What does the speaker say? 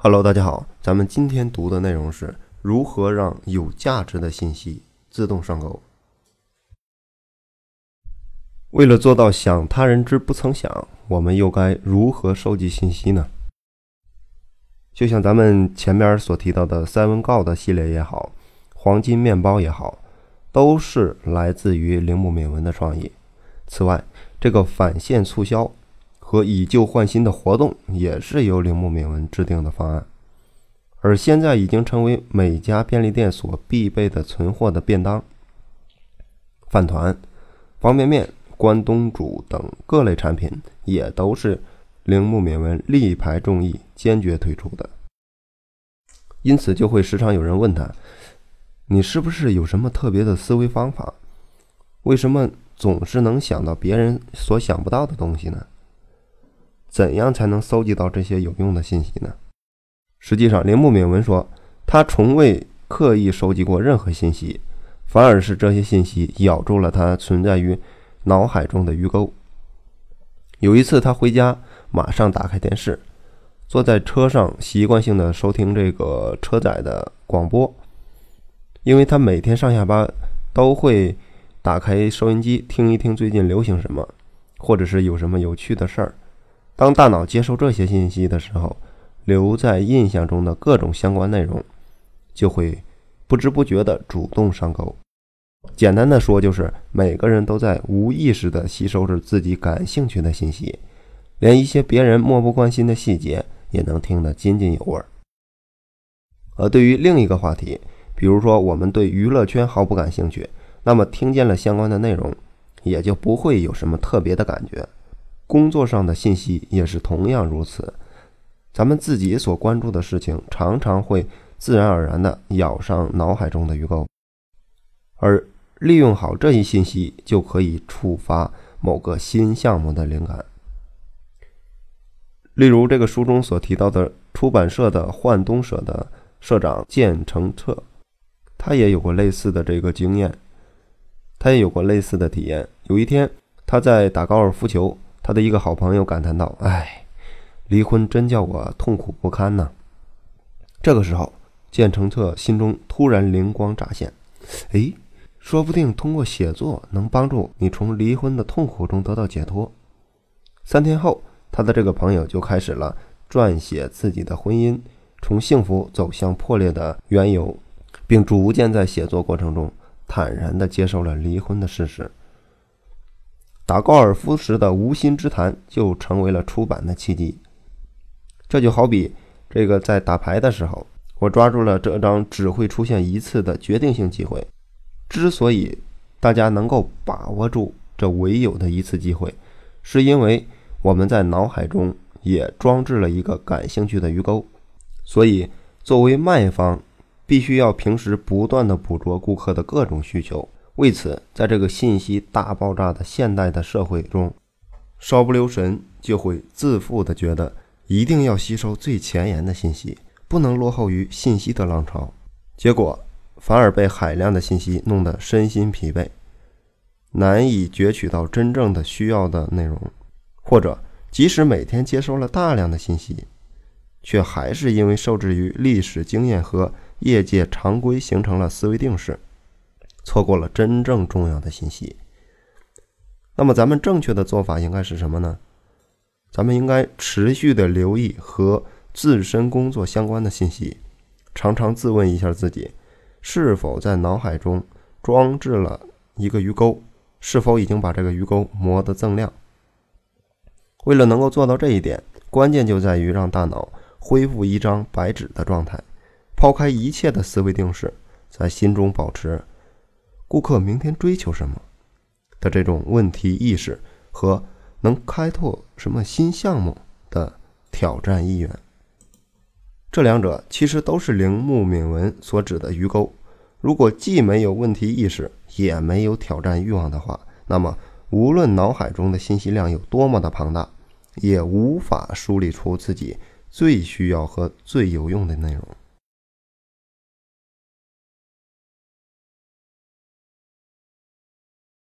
Hello， 大家好，咱们今天读的内容是如何让有价值的信息自动上钩。为了做到想他人之不曾想，我们又该如何收集信息呢？就像咱们前面所提到的塞文告的系列也好，黄金面包也好，都是来自于铃木敏文的创意。此外，这个返现促销和以旧换新的活动也是由铃木敏文制定的方案，而现在已经成为每家便利店所必备的存货的便当、饭团、方便面、关东煮等各类产品，也都是铃木敏文力排众议，坚决推出的。因此就会时常有人问他，你是不是有什么特别的思维方法？为什么总是能想到别人所想不到的东西呢？怎样才能搜集到这些有用的信息呢？实际上，铃木敏文说，他从未刻意收集过任何信息，反而是这些信息咬住了他存在于脑海中的鱼钩。有一次他回家，马上打开电视，坐在车上习惯性的收听这个车载的广播，因为他每天上下班都会打开收音机听一听最近流行什么，或者是有什么有趣的事儿。当大脑接收这些信息的时候，留在印象中的各种相关内容就会不知不觉地主动上钩。简单的说，就是每个人都在无意识地吸收着自己感兴趣的信息，连一些别人漠不关心的细节也能听得津津有味。而对于另一个话题，比如说我们对娱乐圈毫不感兴趣，那么听见了相关的内容也就不会有什么特别的感觉。工作上的信息也是同样如此，咱们自己所关注的事情常常会自然而然地咬上脑海中的鱼钩，而利用好这一信息就可以触发某个新项目的灵感。例如这个书中所提到的出版社的幻东社的社长建成彻，他也有过类似的这个经验，他也有过类似的体验。有一天他在打高尔夫球，他的一个好朋友感叹道，离婚真叫我痛苦不堪呢。这个时候建成彻心中突然灵光乍现，说不定通过写作能帮助你从离婚的痛苦中得到解脱。3天后，他的这个朋友就开始了撰写自己的婚姻从幸福走向破裂的缘由，并逐渐在写作过程中坦然地接受了离婚的事实。打高尔夫时的无心之谈就成为了出版的契机。这就好比这个在打牌的时候，我抓住了这张只会出现一次的决定性机会。之所以大家能够把握住这唯有的一次机会，是因为我们在脑海中也装置了一个感兴趣的鱼钩。所以作为卖方，必须要平时不断地捕捉顾客的各种需求。为此，在这个信息大爆炸的现代的社会中，稍不留神就会自负地觉得一定要吸收最前沿的信息，不能落后于信息的浪潮，结果反而被海量的信息弄得身心疲惫，难以攫取到真正的需要的内容，或者即使每天接收了大量的信息，却还是因为受制于历史经验和业界常规形成了思维定式，错过了真正重要的信息。那么咱们正确的做法应该是什么呢？咱们应该持续的留意和自身工作相关的信息，常常自问一下自己，是否在脑海中装置了一个鱼钩，是否已经把这个鱼钩磨得锃亮。为了能够做到这一点，关键就在于让大脑恢复一张白纸的状态，抛开一切的思维定式，在心中保持顾客明天追求什么的这种问题意识和能开拓什么新项目的挑战意愿。这两者其实都是铃木敏文所指的鱼钩。如果既没有问题意识，也没有挑战欲望的话，那么无论脑海中的信息量有多么的庞大，也无法梳理出自己最需要和最有用的内容。